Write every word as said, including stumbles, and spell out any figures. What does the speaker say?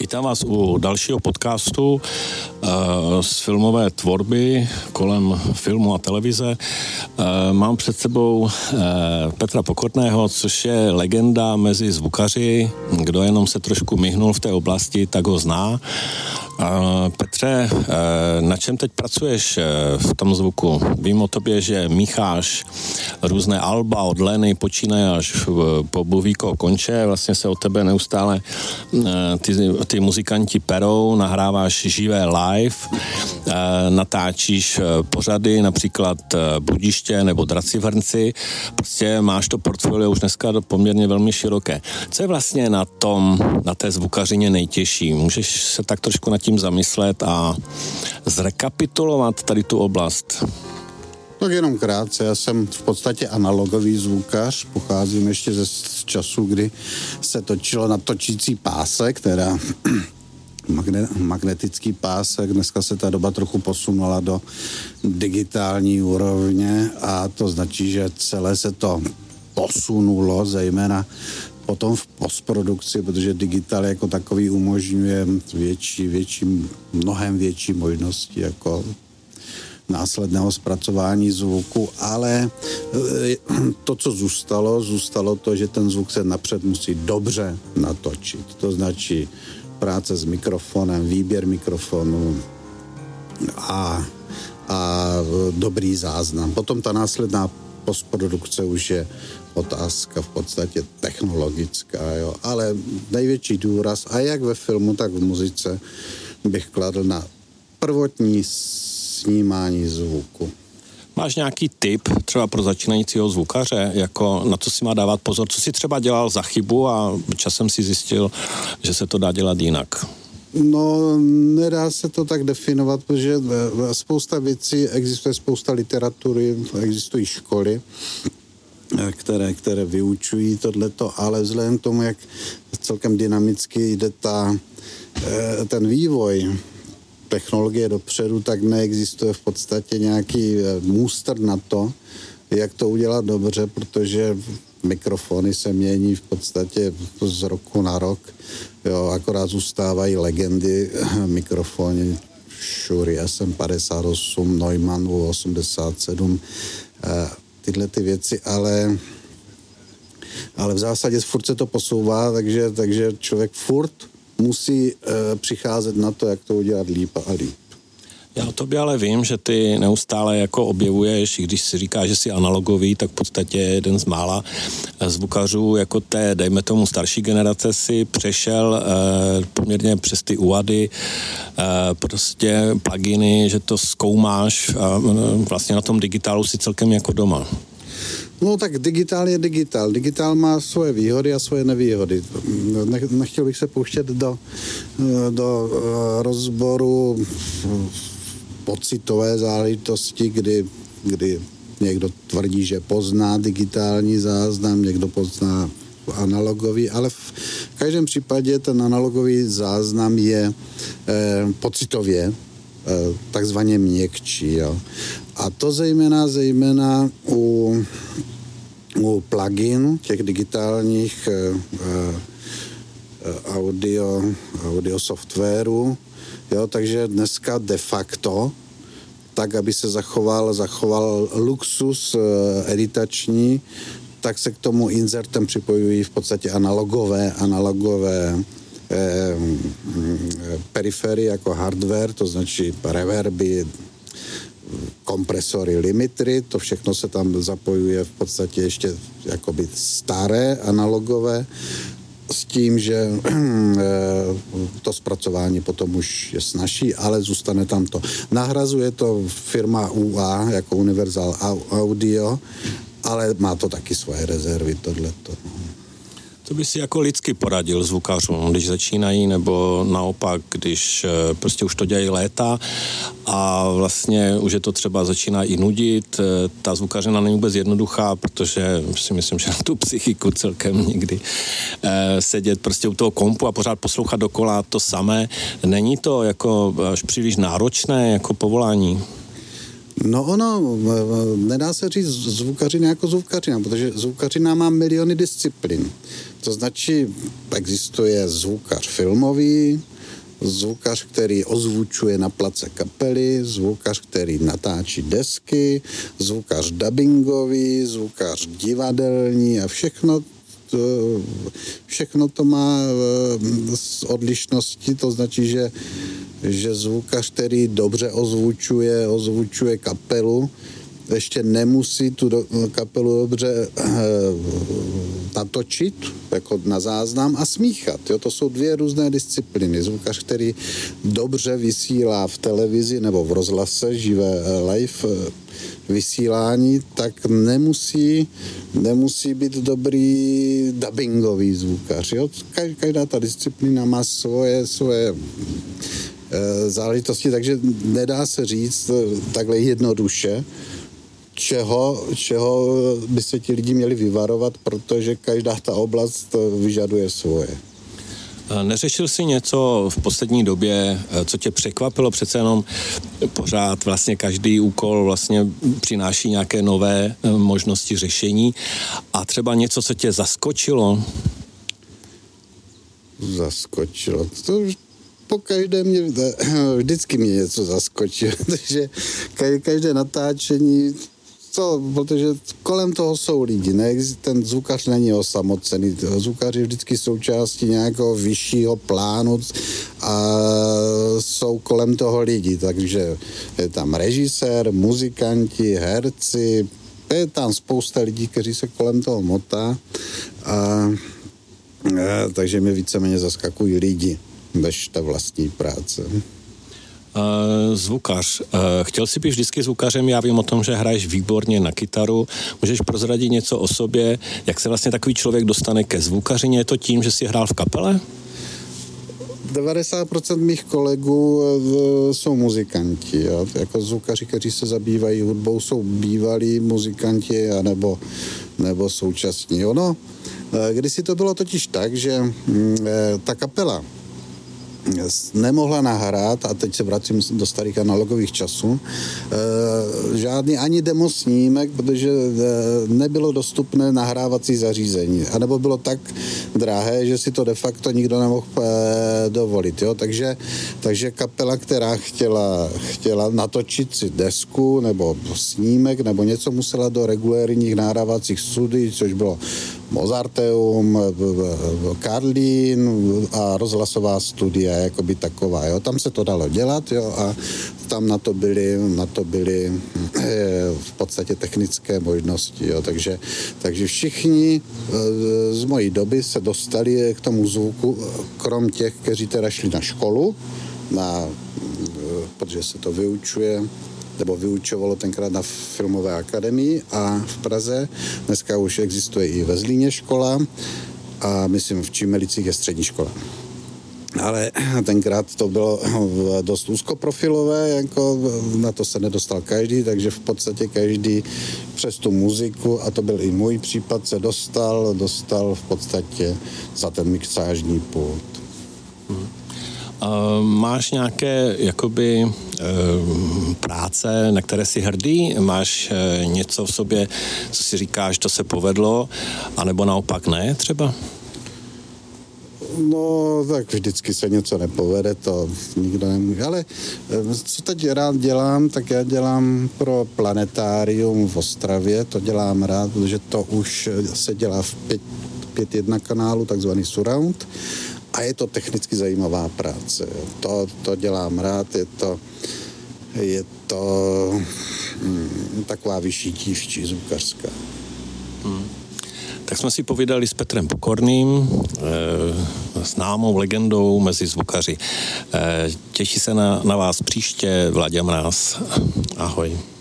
Vítám vás u dalšího podcastu uh, z filmové tvorby kolem filmu a televize. Uh, mám před sebou uh, Petra Pokorného, což je legenda mezi zvukaři. Kdo jenom se trošku myhnul v té oblasti, tak ho zná. Uh, Petře, uh, na čem teď pracuješ uh, v tom zvuku? Vím o tobě, že mícháš různé alba od Leny, počínaje až uh, po Buvíko konče. Vlastně se od tebe neustále uh, ty, ty muzikanti perou, nahráváš živé live, uh, natáčíš uh, pořady, například uh, Budiště nebo Draci v hrnci. Prostě máš to portfolio už dneska poměrně velmi široké. Co je vlastně na tom, na té zvukařině nejtěžší? Můžeš se tak trošku nad tím zamyslet a zrekapitulovat tady tu oblast? Tak jenom krátce, já jsem v podstatě analogový zvukař, pocházím ještě ze času, kdy se točilo na točící pásek, teda magne, magnetický pásek, dneska se ta doba trochu posunula do digitální úrovně a to značí, že celé se to posunulo, zejména potom v postprodukci, protože digital jako takový umožňuje větší, větší, mnohem větší možnosti jako následného zpracování zvuku, ale to, co zůstalo, zůstalo to, že ten zvuk se napřed musí dobře natočit. To značí práce s mikrofonem, výběr mikrofonu a, a dobrý záznam. Potom ta následná postprodukce už je otázka v podstatě technologická, jo. Ale největší důraz, a jak ve filmu, tak v muzice, bych kladl na prvotní snímání zvuku. Máš nějaký tip třeba pro začínajícího zvukaře, jako na to si má dávat pozor, co si třeba dělal za chybu a časem si zjistil, že se to dá dělat jinak? No, nedá se to tak definovat, protože spousta věcí, existuje spousta literatury, existují školy, které, které vyučují tohleto, ale vzhledem k tomu, jak celkem dynamicky jde ta, ten vývoj technologie dopředu, tak neexistuje v podstatě nějaký můstr na to, jak to udělat dobře, protože mikrofony se mění v podstatě z roku na rok. Jo, akorát zůstávají legendy mikrofony Shure S M padesát osm, Neumann U osmdesát sedm, tyhle ty věci, ale, ale v zásadě furt se to posouvá, takže, takže člověk furt musí e, přicházet na to, jak to udělat líp a líp. Já o tobě ale vím, že ty neustále jako objevuješ, i když si říká, že jsi analogový, tak v podstatě jeden z mála zvukařů jako té, dejme tomu, starší generace si přešel e, poměrně přes ty úady, e, prostě pluginy, že to zkoumáš a e, vlastně na tom digitálu si celkem jako doma. No tak digitál je digitál. Digitál má svoje výhody a svoje nevýhody. Nechtěl bych se pouštět do, do rozboru pocitové záležitosti, kdy, kdy někdo tvrdí, že pozná digitální záznam, někdo pozná analogový, ale v každém případě ten analogový záznam je eh, pocitově eh, takzvaně měkčí. Jo. A to zejména, zejména u, u plugin, těch digitálních eh, eh, audio, audio softwaru, jo, takže dneska de facto, tak, aby se zachoval, zachoval luxus eh, editační, tak se k tomu insertem připojují v podstatě analogové, analogové eh, perifery jako hardware, to značí reverby, kompresory, limitery, to všechno se tam zapojuje v podstatě ještě jakoby staré analogové, s tím, že to zpracování potom už je snazší, ale zůstane tam to. Nahrazuje to firma U A jako Universal Audio, ale má to taky svoje rezervy, tohleto. To by si jako lidsky poradil zvukařům, když začínají, nebo naopak, když prostě už to dělají léta a vlastně už je to třeba začíná i nudit. Ta zvukařina není vůbec jednoduchá, protože si myslím, že na tu psychiku celkem někdy sedět prostě u toho kompu a pořád poslouchat dokola to samé. Není to jako až příliš náročné jako povolání? No ono, nedá se říct zvukařina jako zvukařina, protože zvukařina má miliony disciplín. To značí, existuje zvukař filmový, zvukař, který ozvučuje na place kapely, zvukař, který natáčí desky, zvukař dabingový, zvukař divadelní a všechno to, všechno to má odlišnosti, to značí, že, že zvukař, který dobře ozvučuje, ozvučuje kapelu, ještě nemusí tu do, kapelu dobře eh, natočit, jako na záznam a smíchat. Jo? To jsou dvě různé disciplíny. Zvukař, který dobře vysílá v televizi nebo v rozhlase, živé live eh, vysílání, tak nemusí, nemusí být dobrý dabingový zvukař. Jo? Každá ta disciplína má svoje, svoje eh, záležitosti, takže nedá se říct takhle jednoduše, Čeho, čeho by se ti lidi měli vyvarovat, protože každá ta oblast vyžaduje svoje. Neřešil jsi něco v poslední době, co tě překvapilo? Přece jenom pořád vlastně každý úkol vlastně přináší nějaké nové možnosti řešení a třeba něco, co tě zaskočilo? Zaskočilo? To po každé mě, vždycky mě něco zaskočilo, takže každé natáčení, co, protože kolem toho jsou lidi, ne? Ten zvukař není osamocený, zvukař je vždycky součástí nějakého vyššího plánu a jsou kolem toho lidi, takže je tam režisér, muzikanti, herci, je tam spousta lidí, kteří se kolem toho motá a, a takže mě víceméně zaskakují lidi než ta vlastní práce. Uh, zvukař. Uh, chtěl jsi být vždycky zvukařem, já vím o tom, že hraješ výborně na kytaru. Můžeš prozradit něco o sobě, jak se vlastně takový člověk dostane ke zvukařině? Je to tím, že jsi hrál v kapele? devadesát procent mých kolegů jsou muzikanti. Jo? Jako zvukaři, kteří se zabývají hudbou, jsou bývalí muzikanti anebo, nebo současní. Ono, kdysi to bylo totiž tak, že ta kapela nemohla nahrát, a teď se vracím do starých analogových časů, e, žádný ani demo snímek, protože e, nebylo dostupné nahrávací zařízení. A nebo bylo tak drahé, že si to de facto nikdo nemohl e, dovolit. Jo? Takže, takže kapela, která chtěla, chtěla natočit si desku nebo snímek nebo něco, musela do regulérních nahrávacích studií, což bylo Mozarteum, Karlín a rozhlasová studia, jakoby taková, jo. Tam se to dalo dělat, jo, a tam na to byly, na to byly v podstatě technické možnosti, jo. Takže, takže všichni z mojí doby se dostali k tomu zvuku, krom těch, kteří teda šli na školu, na, protože se to vyučuje, nebo vyučovalo tenkrát na Filmové akademii a v Praze. Dneska už existuje i ve Zlíně škola a myslím v Čimelicích je střední škola. Ale tenkrát to bylo dost úzkoprofilové, jako na to se nedostal každý, takže v podstatě každý přes tu muziku, a to byl i můj případ, se dostal, dostal v podstatě za ten mixážní pult. Hmm. Uh, máš nějaké jakoby uh, práce, na které jsi hrdý? Máš uh, něco v sobě, co si říkáš, to se povedlo, anebo naopak ne třeba? No, tak vždycky se něco nepovede, to nikdo nemůže. Ale co teď rád dělám, tak já dělám pro Planetárium v Ostravě, to dělám rád, protože to už se dělá v pět jedna kanálu, takzvaný surround. A je to technicky zajímavá práce. To, to dělám rád, je to, je to hm, taková vyšší tížčí zvukařská. Hmm. Tak jsme si povídali s Petrem Pokorným, e, známou legendou mezi zvukaři. E, těší se na, na vás příště, Vláďa Mráz. Ahoj.